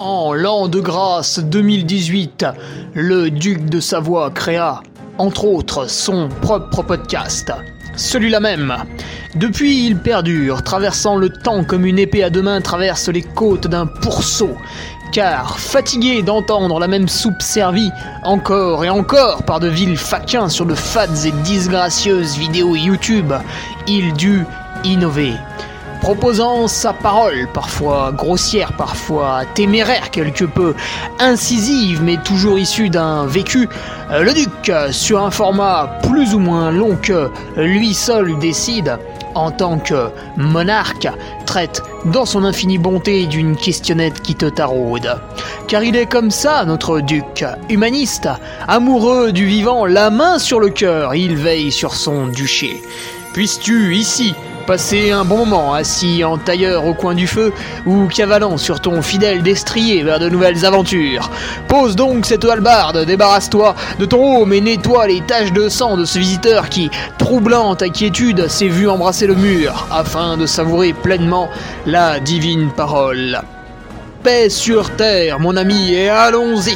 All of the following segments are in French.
En l'an de grâce 2018, le duc de Savoie créa, entre autres, son propre podcast. Celui-là même. Depuis, il perdure, traversant le temps comme une épée à deux mains traverse les côtes d'un pourceau. Car, fatigué d'entendre la même soupe servie encore et encore par de vils faquins sur de fades et disgracieuses vidéos YouTube, il dut innover. Proposant sa parole, parfois grossière, parfois téméraire quelque peu, incisive mais toujours issue d'un vécu, le duc, sur un format plus ou moins long que lui seul décide, en tant que monarque, traite dans son infinie bonté d'une questionnette qui te taraude. Car il est comme ça, notre duc, humaniste, amoureux du vivant, la main sur le cœur, il veille sur son duché. Puisses-tu, ici, passer un bon moment assis en tailleur au coin du feu ou cavalant sur ton fidèle destrier vers de nouvelles aventures. Pose donc cette hallebarde, débarrasse-toi de ton home et nettoie les taches de sang de ce visiteur qui, troublant ta quiétude, s'est vu embrasser le mur afin de savourer pleinement la divine parole. Paix sur terre, mon ami, et allons-y!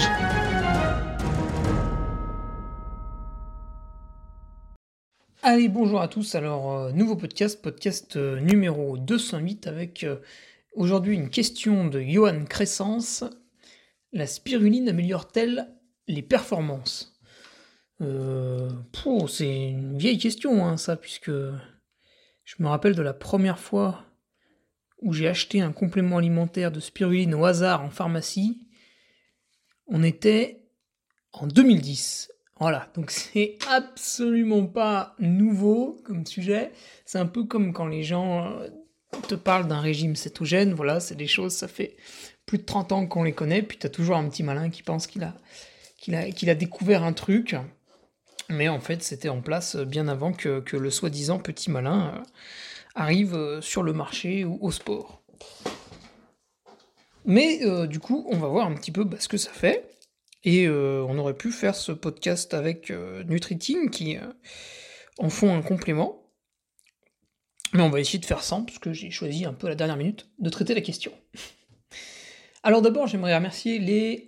Allez, bonjour à tous, alors nouveau podcast numéro 208 avec aujourd'hui une question de Johan Crescence. La spiruline améliore-t-elle les performances ? C'est une vieille question ça, puisque je me rappelle de la première fois où j'ai acheté un complément alimentaire de spiruline au hasard en pharmacie. On était en 2010. Voilà, donc c'est absolument pas nouveau comme sujet. C'est un peu comme quand les gens te parlent d'un régime cétogène. Voilà, c'est des choses, ça fait plus de 30 ans qu'on les connaît. Puis t'as toujours un petit malin qui pense qu'il a découvert un truc. Mais en fait, c'était en place bien avant que le soi-disant petit malin arrive sur le marché ou au sport. Mais du coup, on va voir un petit peu ce que ça fait. Et on aurait pu faire ce podcast avec Nutriting qui en font un complément. Mais on va essayer de faire sans, parce que j'ai choisi un peu à la dernière minute de traiter la question. Alors d'abord, j'aimerais remercier les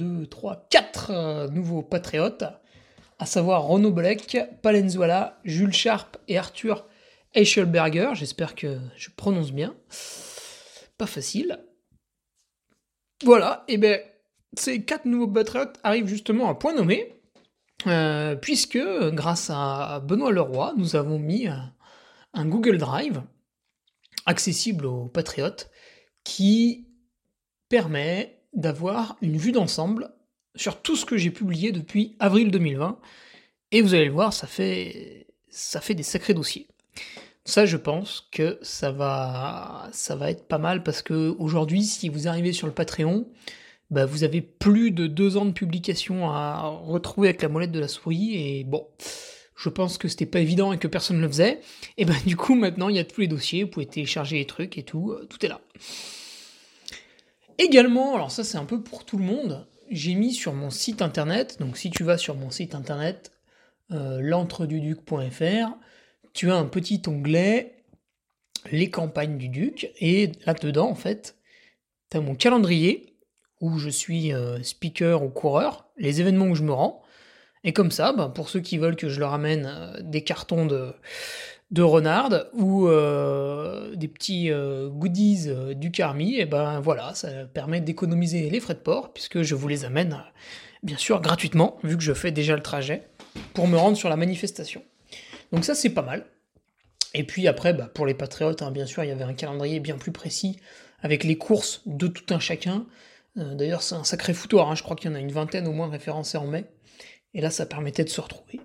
4 nouveaux patriotes, à savoir Renaud Bolek, Palenzuela, Jules Sharp et Arthur Eichelberger. J'espère que je prononce bien. Pas facile. Voilà, et ces 4 nouveaux patriotes arrivent justement à point nommé, puisque grâce à Benoît Leroy, nous avons mis un Google Drive accessible aux patriotes qui permet d'avoir une vue d'ensemble sur tout ce que j'ai publié depuis avril 2020, et vous allez le voir, ça fait des sacrés dossiers. Ça, je pense que ça va être pas mal, parce que aujourd'hui, si vous arrivez sur le Patreon, vous avez plus de 2 ans de publication à retrouver avec la molette de la souris, et bon, je pense que c'était pas évident et que personne ne le faisait, et du coup, maintenant, il y a tous les dossiers, vous pouvez télécharger les trucs et tout est là. Également, alors ça c'est un peu pour tout le monde, j'ai mis sur mon site internet, donc si tu vas sur mon site internet, l'entreduduc.fr, tu as un petit onglet « Les campagnes du Duc », et là-dedans, en fait, tu as mon calendrier, où je suis speaker ou coureur, les événements où je me rends, et comme ça, pour ceux qui veulent que je leur amène des cartons de renard ou des petits goodies du Carmi, et voilà, ça permet d'économiser les frais de port, puisque je vous les amène, bien sûr, gratuitement, vu que je fais déjà le trajet, pour me rendre sur la manifestation. Donc ça, c'est pas mal. Et puis après, pour les patriotes, bien sûr, il y avait un calendrier bien plus précis, avec les courses de tout un chacun. D'ailleurs, c'est un sacré foutoir, je crois qu'il y en a une 20aine au moins référencées en mai. Et là, ça permettait de se retrouver.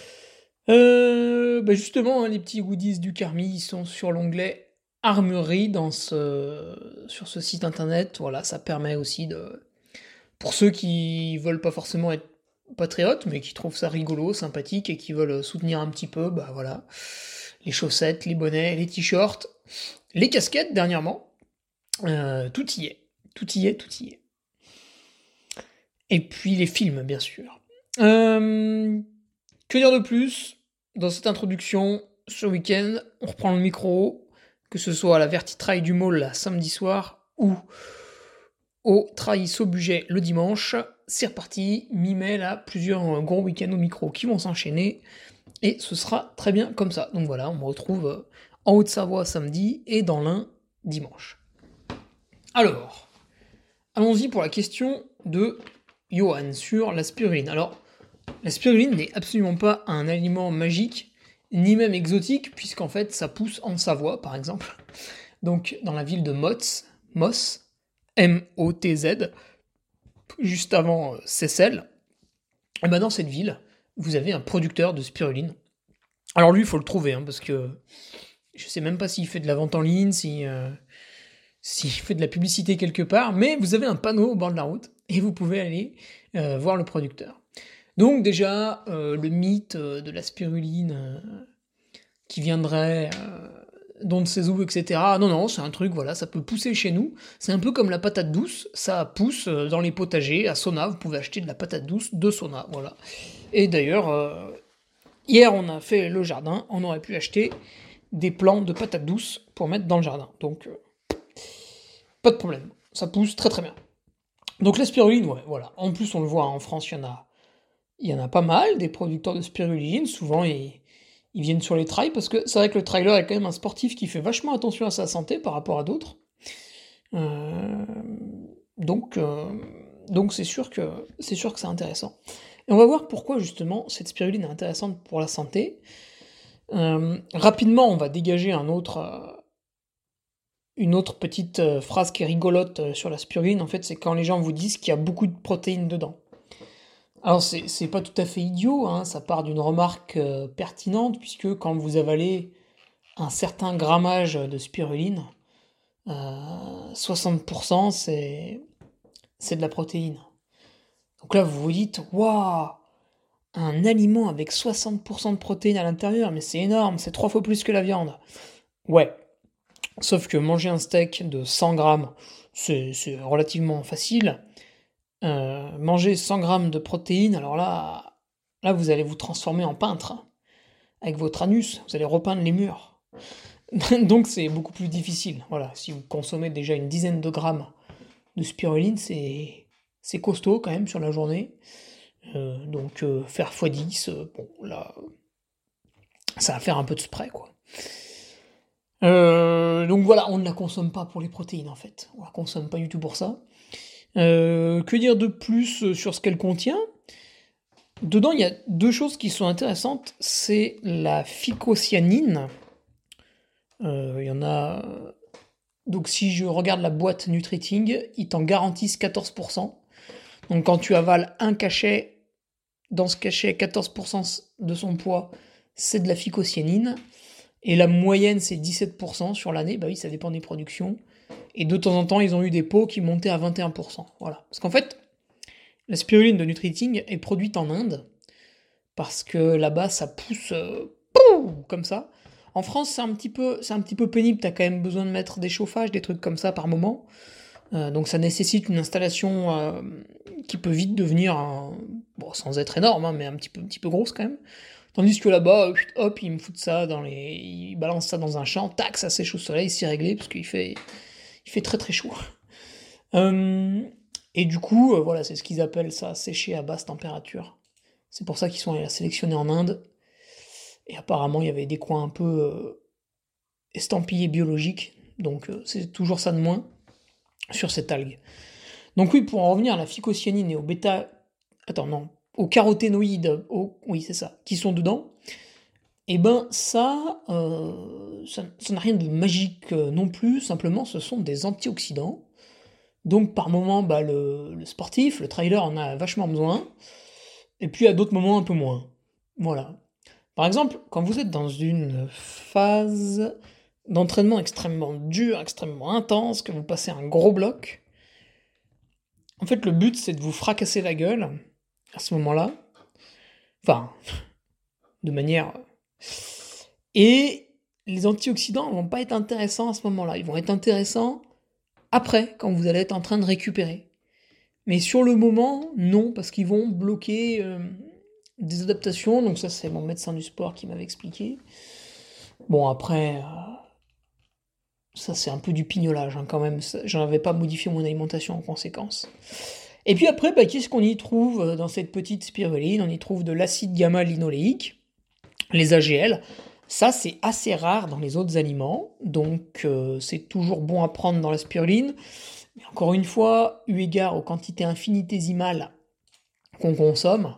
Justement, les petits goodies du Carmi, ils sont sur l'onglet Armurerie sur ce site internet. Voilà, ça permet aussi pour ceux qui veulent pas forcément être patriotes, mais qui trouvent ça rigolo, sympathique, et qui veulent soutenir un petit peu, voilà. Les chaussettes, les bonnets, les t-shirts, les casquettes, dernièrement. Tout y est. Tout y est. Et puis les films, bien sûr. Que dire de plus ? Dans cette introduction, ce week-end, on reprend le micro, que ce soit à la Vertitrail du Mall, samedi soir, ou au Traïs au budget le dimanche. C'est reparti, mi-mai, là, plusieurs gros week-ends au micro qui vont s'enchaîner, et ce sera très bien comme ça. Donc voilà, on me retrouve en Haute-Savoie samedi et dans l'Ain dimanche. Alors, allons-y pour la question de Johan sur la spiruline. Alors, la spiruline n'est absolument pas un aliment magique, ni même exotique, puisqu'en fait ça pousse en Savoie, par exemple. Donc dans la ville de Moz, M-O-T-Z, juste avant Seyssel, et ben dans cette ville, vous avez un producteur de spiruline. Alors lui, il faut le trouver, parce que je sais même pas s'il fait de la vente en ligne, s'il fait de la publicité quelque part, mais vous avez un panneau au bord de la route, et vous pouvez aller voir le producteur. Donc déjà, le mythe de la spiruline qui viendrait d'on ne sait où, etc. Non, c'est un truc, voilà, ça peut pousser chez nous. C'est un peu comme la patate douce, ça pousse dans les potagers. À Sona, vous pouvez acheter de la patate douce de Sona, voilà. Et d'ailleurs, hier on a fait le jardin, on aurait pu acheter des plants de patates douces pour mettre dans le jardin. Donc, pas de problème, ça pousse très très bien. Donc la spiruline, ouais, voilà. En plus, on le voit, en France, il y en a pas mal, des producteurs de spiruline. Souvent, ils viennent sur les trails, parce que c'est vrai que le trailer est quand même un sportif qui fait vachement attention à sa santé par rapport à d'autres. Donc c'est sûr que c'est intéressant. Et on va voir pourquoi justement cette spiruline est intéressante pour la santé. Rapidement, on va dégager une autre petite phrase qui est rigolote sur la spiruline. En fait, c'est quand les gens vous disent qu'il y a beaucoup de protéines dedans. Alors c'est pas tout à fait idiot, ça part d'une remarque pertinente, puisque quand vous avalez un certain grammage de spiruline, 60% c'est de la protéine. Donc là vous vous dites, waouh, un aliment avec 60% de protéines à l'intérieur, mais c'est énorme, c'est 3 fois plus que la viande. Ouais, sauf que manger un steak de 100 grammes, c'est relativement facile. Manger 100 grammes de protéines, alors là, vous allez vous transformer en peintre. Avec votre anus, vous allez repeindre les murs. Donc c'est beaucoup plus difficile. Voilà, si vous consommez déjà une dizaine de grammes de spiruline, c'est costaud quand même sur la journée. Donc faire x10, bon là, ça va faire un peu de spray, quoi. Donc voilà, on ne la consomme pas pour les protéines en fait. On la consomme pas du tout pour ça. Que dire de plus sur ce qu'elle contient ? Dedans, il y a deux choses qui sont intéressantes. C'est la phycocyanine. Il y en a... Donc si je regarde la boîte Nutriting, ils t'en garantissent 14%. Donc quand tu avales un cachet, dans ce cachet, 14% de son poids, c'est de la phycocyanine. Et la moyenne, c'est 17% sur l'année. Bah oui, ça dépend des productions. Et de temps en temps, ils ont eu des pots qui montaient à 21%. Voilà. Parce qu'en fait, la spiruline de Nutriting est produite en Inde, parce que là-bas, ça pousse comme ça. En France, c'est un petit peu pénible, t'as quand même besoin de mettre des chauffages, des trucs comme ça par moment. Donc ça nécessite une installation qui peut vite devenir, bon, sans être énorme, mais un petit peu grosse quand même. Tandis que là-bas, hop, ils me foutent ça ils balancent ça dans un champ, tac, ça sèche au soleil, c'est réglé, parce qu'il fait très très chaud. Et du coup, voilà, c'est ce qu'ils appellent ça, sécher à basse température. C'est pour ça qu'ils sont allés la sélectionner en Inde. Et apparemment, il y avait des coins un peu estampillés biologiques. Donc c'est toujours ça de moins sur cette algue. Donc oui, pour en revenir à la phycocyanine et au bêta... Attends, non. Aux caroténoïdes, oui, c'est ça, qui sont dedans, et ben ça n'a rien de magique non plus, simplement ce sont des antioxydants. Donc par moment, bah, le sportif, le trailer en a vachement besoin, et puis à d'autres moments un peu moins. Voilà. Par exemple, quand vous êtes dans une phase d'entraînement extrêmement dure, extrêmement intense, que vous passez un gros bloc, en fait le but c'est de vous fracasser la gueule à ce moment-là, enfin, de manière... Et les antioxydants vont pas être intéressants à ce moment-là, ils vont être intéressants après, quand vous allez être en train de récupérer. Mais sur le moment, non, parce qu'ils vont bloquer des adaptations, donc ça c'est mon médecin du sport qui m'avait expliqué. Bon, après, Ça, c'est un peu du pignolage, hein, quand même. J'en avais pas modifié mon alimentation en conséquence. Et puis après, qu'est-ce qu'on y trouve dans cette petite spiruline? On y trouve de l'acide gamma-linoléique, les AGL. Ça, c'est assez rare dans les autres aliments, donc c'est toujours bon à prendre dans la spiruline. Mais encore une fois, eu égard aux quantités infinitésimales qu'on consomme,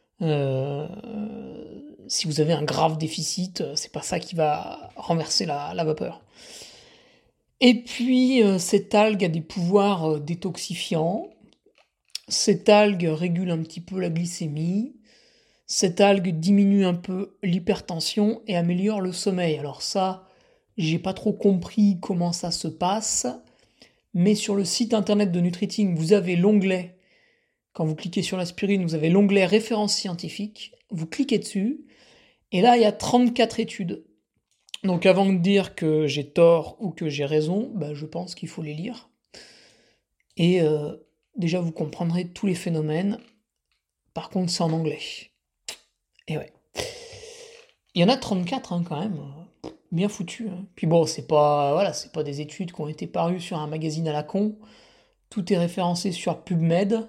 si vous avez un grave déficit, c'est pas ça qui va renverser la vapeur. Et puis, cette algue a des pouvoirs détoxifiants. Cette algue régule un petit peu la glycémie. Cette algue diminue un peu l'hypertension et améliore le sommeil. Alors ça, j'ai pas trop compris comment ça se passe, mais sur le site internet de Nutriting, vous avez l'onglet, quand vous cliquez sur l'aspirine, vous avez l'onglet références scientifiques, vous cliquez dessus, et là il y a 34 études. Donc avant de dire que j'ai tort ou que j'ai raison, je pense qu'il faut les lire. Et déjà vous comprendrez tous les phénomènes. Par contre c'est en anglais. Et ouais. Il y en a 34 quand même. Bien foutu. Hein. Puis bon, c'est pas des études qui ont été parues sur un magazine à la con. Tout est référencé sur PubMed.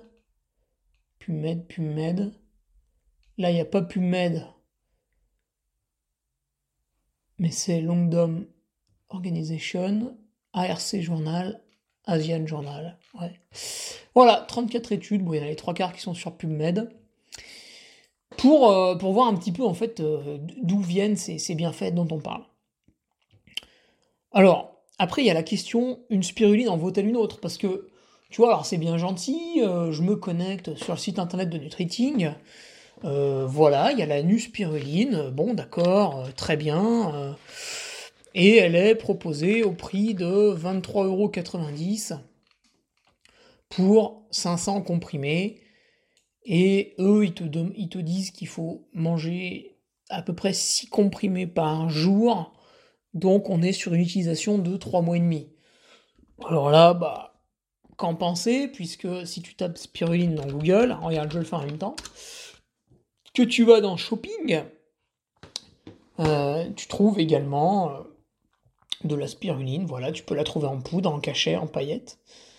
PubMed. Là, il n'y a pas PubMed. Mais c'est Longdom Organization, ARC Journal, Asian Journal. Ouais. Voilà, 34 études. Bon, il y en a les 3/4 qui sont sur PubMed. Pour voir un petit peu, en fait, d'où viennent ces bienfaits dont on parle. Alors, après, il y a la question, une spiruline en vaut-elle une autre? Parce que, tu vois, alors c'est bien gentil, je me connecte sur le site internet de Nutriting, voilà, il y a la nuspiruline, bon, d'accord, très bien, et elle est proposée au prix de 23,90 € pour 500 comprimés, et eux, ils te disent qu'il faut manger à peu près 6 comprimés par jour, donc on est sur une utilisation de 3 mois et demi. Alors là, qu'en penser, puisque si tu tapes spiruline dans Google, regarde, je vais le faire en même temps, que tu vas dans Shopping, tu trouves également de la spiruline, voilà, tu peux la trouver en poudre, en cachet, en paillettes.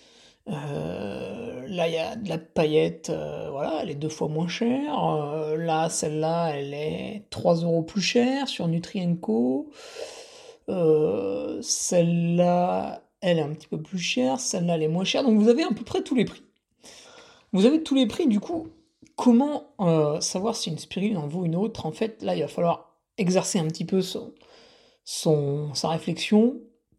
Là, il y a de la paillette, voilà, elle est 2 fois moins chère. Là, celle-là, elle est 3 € plus chère sur Nutri&Co. Celle-là, elle est un petit peu plus chère, celle-là, elle est moins chère. Donc vous avez à peu près tous les prix. Vous avez tous les prix, du coup, comment savoir si une spiruline en vaut une autre? En fait, là, il va falloir exercer un petit peu sa réflexion.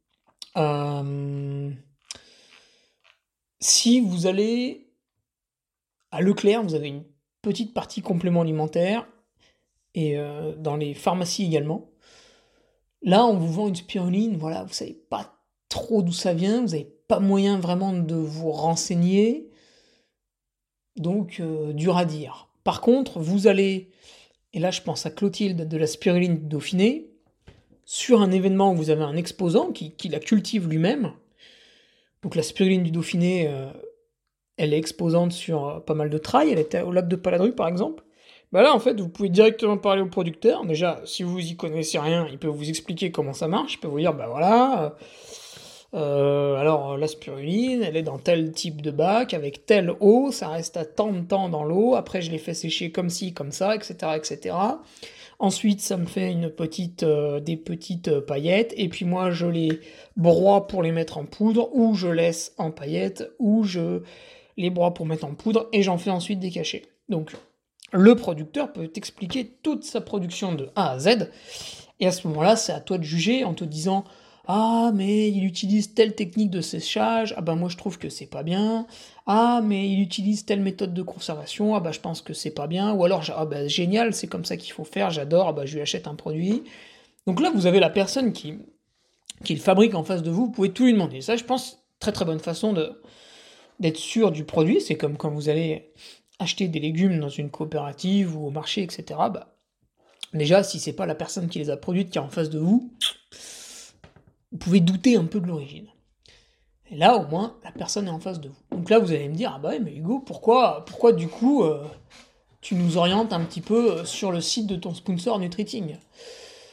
Si vous allez à Leclerc, vous avez une petite partie complément alimentaire, et dans les pharmacies également. Là, on vous vend une spiruline, voilà, vous savez pas trop d'où ça vient, vous n'avez pas moyen vraiment de vous renseigner, donc dur à dire. Par contre, vous allez, et là je pense à Clotilde de la spiruline du Dauphiné, sur un événement où vous avez un exposant qui la cultive lui-même. Donc la spiruline du Dauphiné, elle est exposante sur pas mal de trails, elle était au lac de Paladru par exemple. Là, en fait, vous pouvez directement parler au producteur. Déjà, si vous y connaissez rien, il peut vous expliquer comment ça marche. Il peut vous dire, voilà, alors la spiruline, elle est dans tel type de bac, avec telle eau, ça reste à tant de temps dans l'eau. Après, je les fais sécher comme ci, comme ça, etc., etc. Ensuite, ça me fait des petites paillettes. Et puis moi, je les broie pour les mettre en poudre, ou je laisse en paillettes, ou je les broie pour mettre en poudre, et j'en fais ensuite des cachets. Donc, le producteur peut t'expliquer toute sa production de A à Z, et à ce moment-là, c'est à toi de juger en te disant « Ah, mais il utilise telle technique de séchage, moi je trouve que c'est pas bien. Ah, mais il utilise telle méthode de conservation, je pense que c'est pas bien. » Ou alors « génial, c'est comme ça qu'il faut faire, j'adore, je lui achète un produit. » Donc là, vous avez la personne qui le fabrique en face de vous, vous pouvez tout lui demander. Ça, je pense, très très bonne façon d'être sûr du produit. C'est comme quand vous allez acheter des légumes dans une coopérative ou au marché, etc., déjà, si c'est pas la personne qui les a produites qui est en face de vous, vous pouvez douter un peu de l'origine. Et là, au moins, la personne est en face de vous. Donc là, vous allez me dire, mais Hugo, pourquoi du coup, tu nous orientes un petit peu sur le site de ton sponsor Nutriting?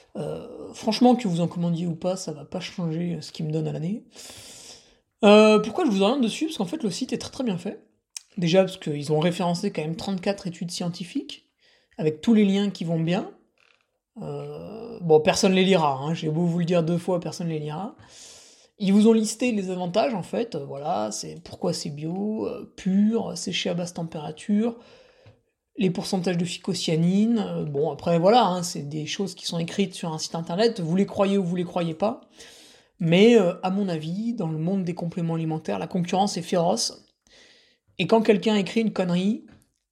Franchement, que vous en commandiez ou pas, ça va pas changer ce qu'ils me donnent à l'année. Pourquoi je vous oriente dessus? Parce qu'en fait, le site est très très bien fait. Déjà parce qu'ils ont référencé quand même 34 études scientifiques, avec tous les liens qui vont bien. Bon, personne les lira, hein, j'ai beau vous le dire 2 fois, personne les lira. Ils vous ont listé les avantages, en fait, voilà, c'est pourquoi c'est bio, pur, séché à basse température, les pourcentages de phycocyanine, bon, après, voilà, hein, c'est des choses qui sont écrites sur un site internet, vous les croyez ou vous les croyez pas, mais à mon avis, dans le monde des compléments alimentaires, la concurrence est féroce, et quand quelqu'un écrit une connerie,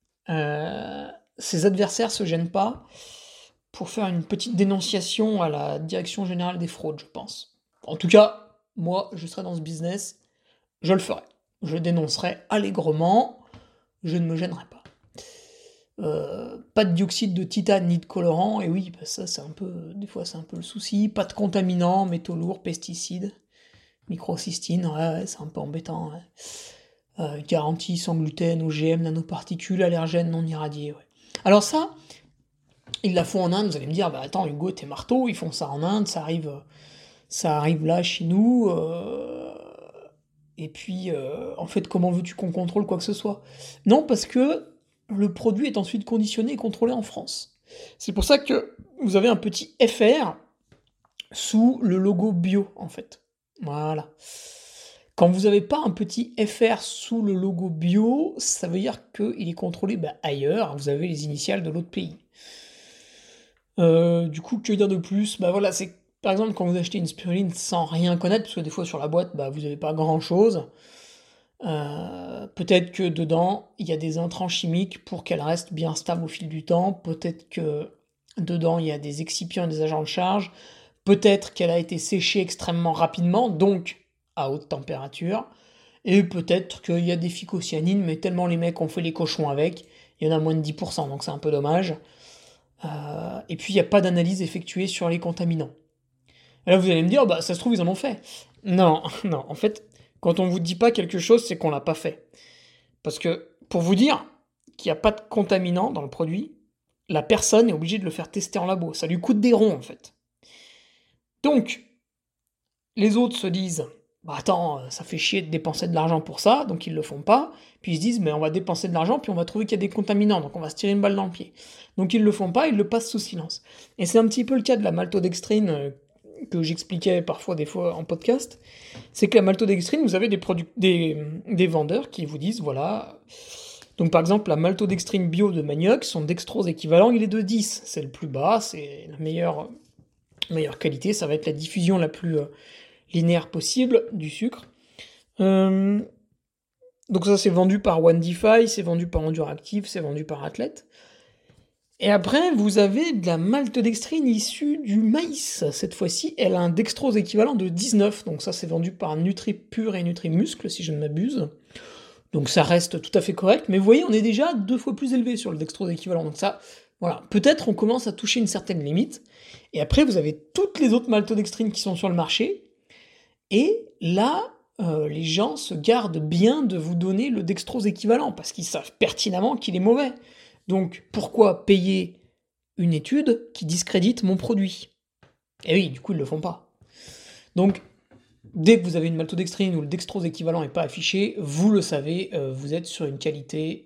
ses adversaires se gênent pas pour faire une petite dénonciation à la Direction Générale des Fraudes, je pense. En tout cas, moi, je serai dans ce business, je le ferai. Je dénoncerai allègrement, je ne me gênerai pas. Pas de dioxyde de titane ni de colorant, et oui, bah ça c'est un peu, des fois c'est un peu le souci. Pas de contaminants, métaux lourds, pesticides, microcystine, ouais, c'est un peu embêtant. Ouais. Garantie sans gluten, OGM, nanoparticules, allergènes non irradiés. Ouais. Alors ça, ils la font en Inde, vous allez me dire, bah attends Hugo, t'es marteau, ils font ça en Inde, ça arrive là chez nous, et puis en fait comment veux-tu qu'on contrôle quoi que ce soit? Non, parce que le produit est ensuite conditionné et contrôlé en France. C'est pour ça que vous avez un petit FR sous le logo bio, en fait. Voilà. Quand vous n'avez pas un petit FR sous le logo bio, ça veut dire qu'il est contrôlé ailleurs, vous avez les initiales de l'autre pays. Du coup, que dire de plus? Bah voilà, c'est par exemple quand vous achetez une spiruline sans rien connaître, parce que des fois sur la boîte, vous n'avez pas grand-chose, peut-être que dedans, il y a des intrants chimiques pour qu'elle reste bien stable au fil du temps, peut-être que dedans, il y a des excipients et des agents de charge, peut-être qu'elle a été séchée extrêmement rapidement, donc à haute température, et peut-être qu'il y a des phycocyanines, mais tellement les mecs ont fait les cochons avec, il y en a moins de 10%, donc c'est un peu dommage. Et puis il n'y a pas d'analyse effectuée sur les contaminants. Et là vous allez me dire, ça se trouve ils en ont fait. Non, non, en fait, quand on vous dit pas quelque chose, c'est qu'on l'a pas fait. Parce que, pour vous dire qu'il n'y a pas de contaminants dans le produit, la personne est obligée de le faire tester en labo. Ça lui coûte des ronds, en fait. Donc, les autres se disent, attends, ça fait chier de dépenser de l'argent pour ça, donc ils le font pas. Puis ils se disent, mais on va dépenser de l'argent, puis on va trouver qu'il y a des contaminants, donc on va se tirer une balle dans le pied. Donc ils le font pas, ils le passent sous silence. Et c'est un petit peu le cas de la maltodextrine que j'expliquais parfois des fois en podcast. C'est que la maltodextrine, vous avez des vendeurs qui vous disent, voilà. Donc par exemple, la maltodextrine bio de manioc, son dextrose équivalent, il est de 10. C'est le plus bas, c'est la meilleure qualité, ça va être la diffusion la plus linéaire possible du sucre. Donc ça c'est vendu par OneDefi, c'est vendu par Enduractive, c'est vendu par Athlète. Et après, vous avez de la maltodextrine issue du maïs. Cette fois-ci, elle a un dextrose équivalent de 19. Donc ça, c'est vendu par NutriPure et NutriMuscle, si je ne m'abuse. Donc ça reste tout à fait correct. Mais vous voyez, on est déjà 2 fois plus élevé sur le dextrose équivalent. Donc ça, voilà. Peut-être on commence à toucher une certaine limite. Et après, vous avez toutes les autres maltodextrines qui sont sur le marché. Et là, les gens se gardent bien de vous donner le dextrose équivalent, parce qu'ils savent pertinemment qu'il est mauvais. Donc, pourquoi payer une étude qui discrédite mon produit? Et oui, du coup, ils le font pas. Donc, dès que vous avez une maltodextrine où le dextrose équivalent n'est pas affiché, vous le savez, vous êtes sur une qualité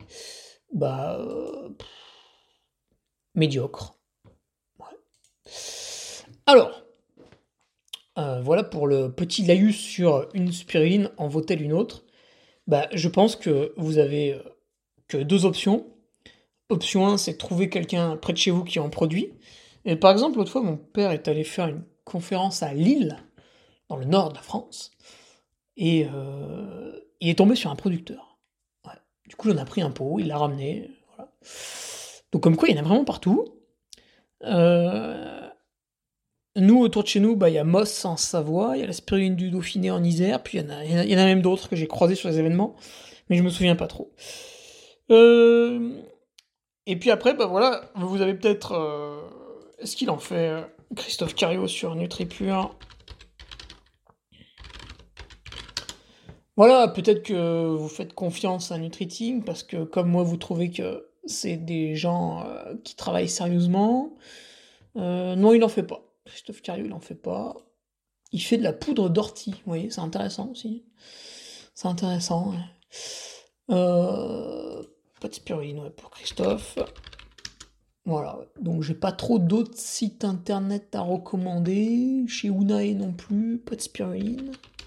médiocre. Ouais. Alors, voilà pour le petit laïus sur une spiruline en vaut-elle une autre. Je pense que vous avez que 2 options. Option 1, c'est de trouver quelqu'un près de chez vous qui en produit. Et par exemple, l'autre fois, mon père est allé faire une conférence à Lille, dans le nord de la France, et il est tombé sur un producteur. Ouais. Du coup, il en a pris un pot, il l'a ramené. Voilà. Donc comme quoi, il y en a vraiment partout. Nous, autour de chez nous, il y a Moss en Savoie, il y a la spiruline du Dauphiné en Isère, puis il y en a même d'autres que j'ai croisés sur les événements, mais je me souviens pas trop. Et puis après, voilà, vous avez peut-être... Est-ce qu'il en fait Christophe Cario sur NutriPure? Voilà, peut-être que vous faites confiance à NutriTeam, parce que comme moi, vous trouvez que c'est des gens qui travaillent sérieusement. Non, il n'en fait pas. Christophe Cariou, il en fait pas. Il fait de la poudre d'ortie, vous voyez, c'est intéressant aussi. C'est intéressant, ouais. Pas de spiruline, ouais, pour Christophe. Voilà, ouais. Donc j'ai pas trop d'autres sites internet à recommander. Chez Unae non plus, pas de spiruline.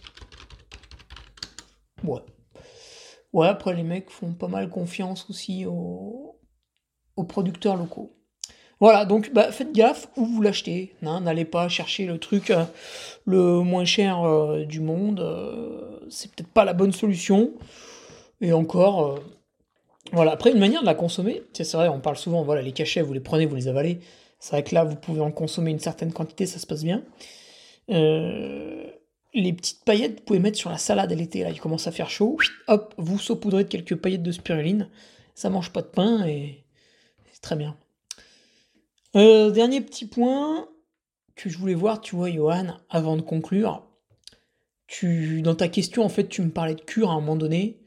Ouais. Ouais, après les mecs font pas mal confiance aussi aux producteurs locaux. Voilà, donc faites gaffe où vous l'achetez. Hein, n'allez pas chercher le truc le moins cher du monde. C'est peut-être pas la bonne solution. Et encore, voilà. Après, une manière de la consommer, c'est vrai, on parle souvent, voilà, les cachets, vous les prenez, vous les avalez. C'est vrai que là, vous pouvez en consommer une certaine quantité, ça se passe bien. Les petites paillettes, vous pouvez mettre sur la salade à l'été, là, il commence à faire chaud. Hop, vous saupoudrez de quelques paillettes de spiruline. Ça mange pas de pain et c'est très bien. Dernier petit point que je voulais voir, tu vois, Johan, avant de conclure. Dans ta question, en fait, tu me parlais de cure à un moment donné.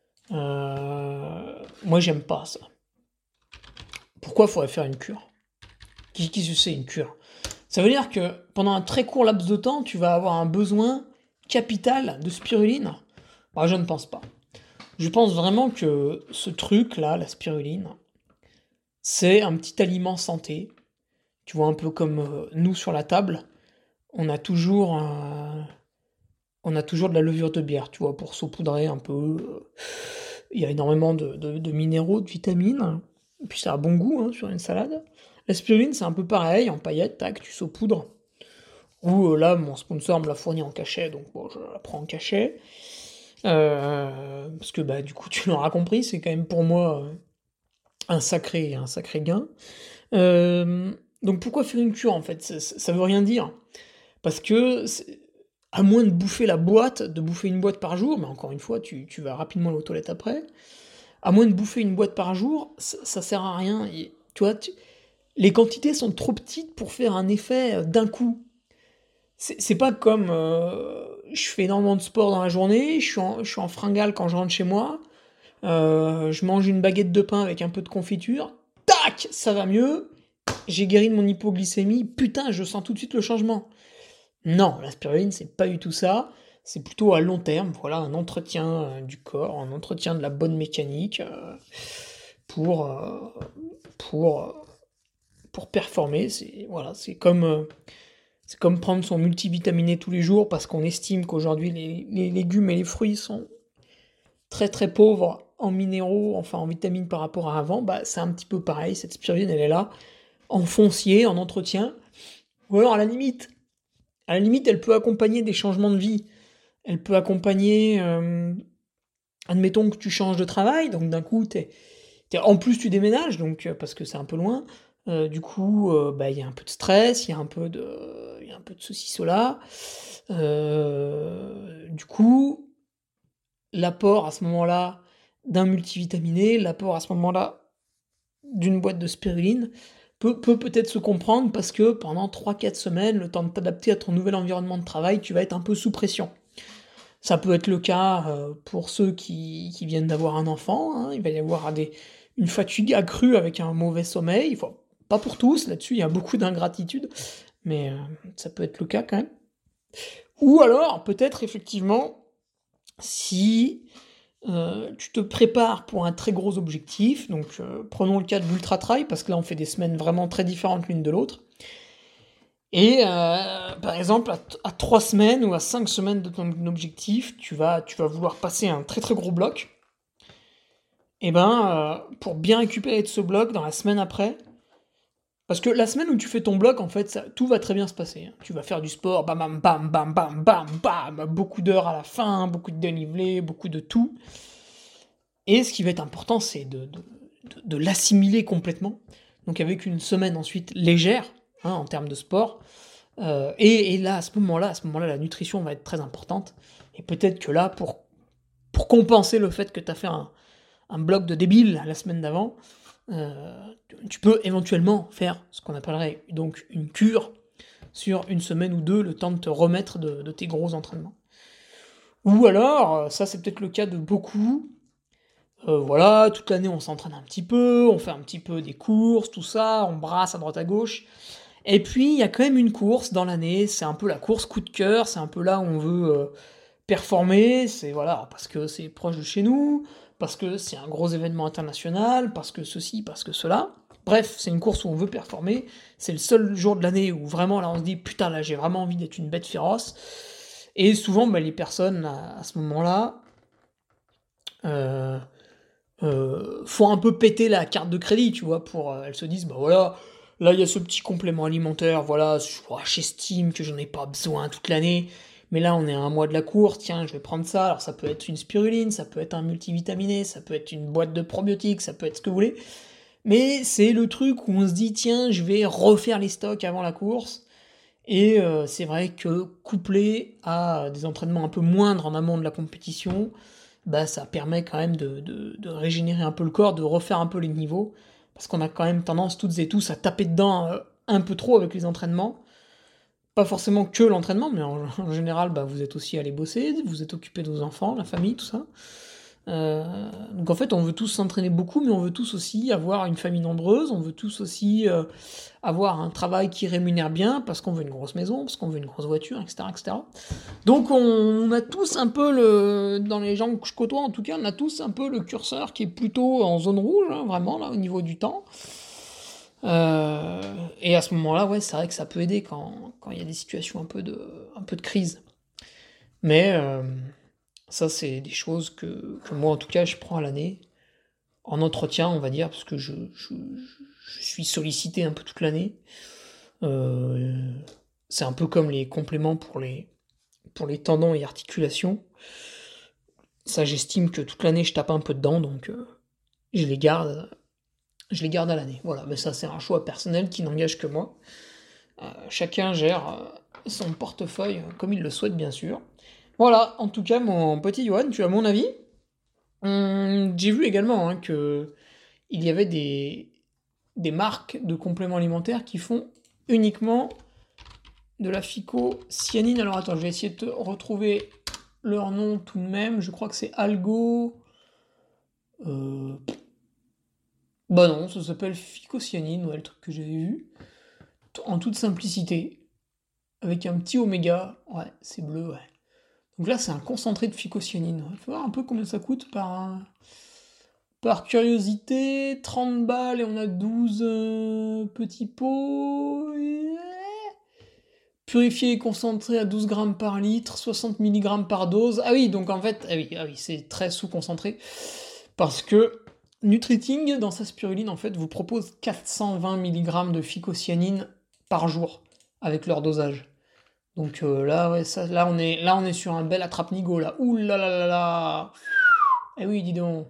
Moi, j'aime pas ça. Pourquoi faudrait faire une cure? Qui se sait une cure? Ça veut dire que pendant un très court laps de temps, tu vas avoir un besoin capital de spiruline? Moi, je ne pense pas. Je pense vraiment que ce truc-là, la spiruline, c'est un petit aliment santé. Tu vois, un peu comme nous sur la table, on a toujours de la levure de bière, tu vois, pour saupoudrer un peu. Il y a énormément de minéraux, de vitamines. Et puis ça a bon goût hein, sur une salade. La spiruline, c'est un peu pareil, en paillettes, tac, tu saupoudres. Ou là, mon sponsor me l'a fourni en cachet, donc bon, je la prends en cachet. Parce que du coup, tu l'auras compris, c'est quand même pour moi un sacré gain. Donc pourquoi faire une cure en fait? Ça veut rien dire. Parce que, à moins de bouffer une boîte par jour, mais encore une fois, tu vas rapidement aller aux toilettes après, à moins de bouffer une boîte par jour, ça sert à rien. Et, tu vois, les quantités sont trop petites pour faire un effet d'un coup. C'est pas comme je fais énormément de sport dans la journée, je suis en fringale quand je rentre chez moi, je mange une baguette de pain avec un peu de confiture, tac, ça va mieux, j'ai guéri de mon hypoglycémie, putain, je sens tout de suite le changement. Non, la spiruline, c'est pas du tout ça. C'est plutôt à long terme, voilà, un entretien du corps, un entretien de la bonne mécanique pour, euh, pour, euh, pour performer. C'est comme prendre son multivitaminé tous les jours parce qu'on estime qu'aujourd'hui les légumes et les fruits sont très très pauvres en minéraux, enfin en vitamines par rapport à avant. C'est un petit peu pareil, cette spiruline, elle est là, en foncier, en entretien. Ou alors à la limite, elle peut accompagner des changements de vie. Elle peut accompagner, admettons que tu changes de travail, donc d'un coup, en plus tu déménages, donc parce que c'est un peu loin. Du coup, il y a un peu de stress, il y a un peu de ceci, cela. Du coup, l'apport à ce moment-là d'un multivitaminé, l'apport à ce moment-là d'une boîte de spiruline peut peut-être se comprendre parce que pendant 3-4 semaines, le temps de t'adapter à ton nouvel environnement de travail, tu vas être un peu sous pression. Ça peut être le cas pour ceux qui viennent d'avoir un enfant, hein. Il va y avoir une fatigue accrue avec un mauvais sommeil. Pas pour tous, là-dessus il y a beaucoup d'ingratitude, mais ça peut être le cas quand même. Ou alors, peut-être effectivement, si tu te prépares pour un très gros objectif, donc prenons le cas de l'ultra trail, parce que là on fait des semaines vraiment très différentes l'une de l'autre, et par exemple à 3 semaines ou à 5 semaines de ton objectif, tu vas vouloir passer un très très gros bloc, et pour bien récupérer de ce bloc dans la semaine après, parce que la semaine où tu fais ton bloc, en fait, tout va très bien se passer. Hein. Tu vas faire du sport, bam, bam, bam, bam, bam, bam, bam, beaucoup d'heures à la fin, beaucoup de dénivelé, beaucoup de tout. Et ce qui va être important, c'est de l'assimiler complètement. Donc avec une semaine ensuite légère, hein, en termes de sport. Et là, à ce moment-là, la nutrition va être très importante. Et peut-être que là, pour compenser le fait que tu as fait un bloc de débile la semaine d'avant, tu peux éventuellement faire ce qu'on appellerait donc une cure sur une semaine ou deux, le temps de te remettre de tes gros entraînements. Ou alors, ça c'est peut-être le cas de beaucoup, voilà, toute l'année on s'entraîne un petit peu, on fait un petit peu des courses, tout ça, on brasse à droite à gauche, Et puis, il y a quand même une course dans l'année, c'est un peu la course coup de cœur, c'est un peu là où on veut performer, c'est voilà, parce que c'est proche de chez nous, parce que c'est un gros événement international, parce que ceci, parce que cela. Bref, c'est une course où on veut performer, c'est le seul jour de l'année où vraiment là on se dit putain là j'ai vraiment envie d'être une bête féroce. Et souvent les personnes à ce moment-là font un peu péter la carte de crédit, tu vois, elles se disent bah voilà, là il y a ce petit complément alimentaire, voilà, j'estime que j'en ai pas besoin toute l'année, mais là on est à un mois de la course, tiens je vais prendre ça, alors ça peut être une spiruline, ça peut être un multivitaminé, ça peut être une boîte de probiotiques, ça peut être ce que vous voulez, mais c'est le truc où on se dit tiens je vais refaire les stocks avant la course, et c'est vrai que couplé à des entraînements un peu moindres en amont de la compétition, ça permet quand même de régénérer un peu le corps, de refaire un peu les niveaux, parce qu'on a quand même tendance toutes et tous à taper dedans un peu trop avec les entraînements. Pas forcément que l'entraînement, mais en général, vous êtes aussi allé bosser, vous êtes occupé de vos enfants, la famille, tout ça. Donc en fait, on veut tous s'entraîner beaucoup, mais on veut tous aussi avoir une famille nombreuse, on veut tous aussi avoir un travail qui rémunère bien, parce qu'on veut une grosse maison, parce qu'on veut une grosse voiture, etc. etc. Donc on a tous un peu, dans les gens que je côtoie en tout cas, on a tous un peu le curseur qui est plutôt en zone rouge, hein, vraiment, là, au niveau du temps. Et à ce moment-là, ouais, c'est vrai que ça peut aider quand il y a des situations un peu de crise. Mais ça, c'est des choses que moi, en tout cas, je prends à l'année, en entretien, on va dire, parce que je suis sollicité un peu toute l'année. C'est un peu comme les compléments pour les tendons et articulations. Ça, j'estime que toute l'année, je tape un peu dedans, donc je les garde à l'année. Voilà, mais ça, c'est un choix personnel qui n'engage que moi. Chacun gère son portefeuille comme il le souhaite, bien sûr. Voilà, en tout cas, mon petit Johan, tu as mon avis. J'ai vu également que il y avait des marques de compléments alimentaires qui font uniquement de la phycocyanine. Alors attends, je vais essayer de te retrouver leur nom tout de même. Je crois que c'est Algo. Non, ça s'appelle phycocyanine, ouais, le truc que j'avais vu. En toute simplicité. Avec un petit oméga. Ouais, c'est bleu, ouais. Donc là, c'est un concentré de phycocyanine. Il faut voir un peu combien ça coûte par curiosité. 30 balles et on a 12 petits pots. Purifié et concentré à 12 grammes par litre, 60 mg par dose. Ah oui, donc en fait, c'est très sous-concentré. Parce que Nutriting, dans sa spiruline, en fait, vous propose 420 mg de phycocyanine par jour, avec leur dosage. Donc là, ouais, là on est sur un bel attrape-nigo, là. Ouh là là là là. Eh oui, dis donc.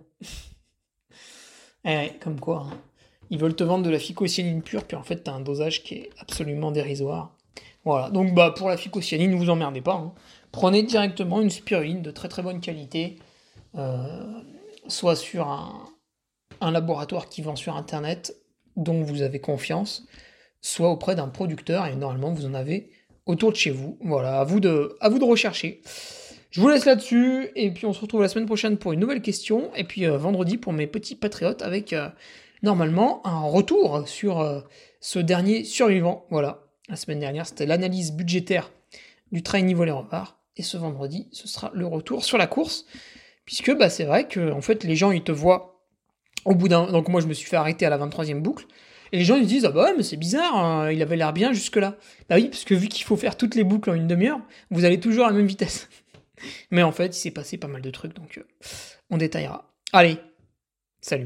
Comme quoi. Hein. Ils veulent te vendre de la phycocyanine pure, puis en fait, t'as un dosage qui est absolument dérisoire. Voilà, donc pour la phycocyanine, ne vous emmerdez pas. Hein. Prenez directement une spiruline de très très bonne qualité, soit sur un laboratoire qui vend sur internet, dont vous avez confiance, soit auprès d'un producteur, et normalement vous en avez autour de chez vous. Voilà, à vous de rechercher. Je vous laisse là-dessus, et puis on se retrouve la semaine prochaine pour une nouvelle question, et puis vendredi pour mes petits patriotes, avec normalement un retour sur ce dernier survivant. Voilà. La semaine dernière, c'était l'analyse budgétaire du trail volley-revard. Et ce vendredi, ce sera le retour sur la course. Puisque c'est vrai que en fait, les gens, ils te voient au bout d'un... Donc moi, je me suis fait arrêter à la 23e boucle. Et les gens, ils se disent « Ah bah ouais, mais c'est bizarre, hein, il avait l'air bien jusque-là. » Bah oui, parce que vu qu'il faut faire toutes les boucles en une demi-heure, vous allez toujours à la même vitesse. Mais en fait, il s'est passé pas mal de trucs, donc on détaillera. Allez, salut.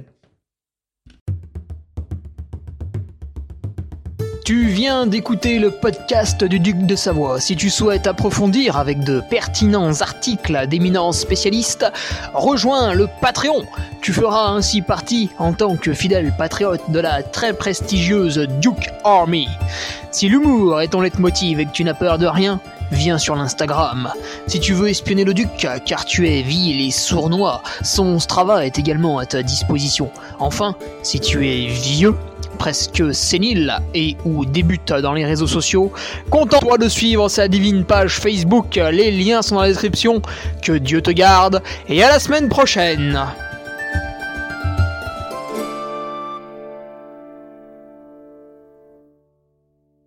Tu viens d'écouter le podcast du Duc de Savoie. Si tu souhaites approfondir avec de pertinents articles d'éminents spécialistes, rejoins le Patreon. Tu feras ainsi partie, en tant que fidèle patriote, de la très prestigieuse Duke Army. Si l'humour est ton leitmotiv et que tu n'as peur de rien, viens sur l'Instagram. Si tu veux espionner le Duc, car tu es vil et sournois, son Strava est également à ta disposition. Enfin, si tu es vieux, presque sénile et ou débute dans les réseaux sociaux, contente-toi de suivre sa divine page Facebook, les liens sont dans la description. Que Dieu te garde et à la semaine prochaine.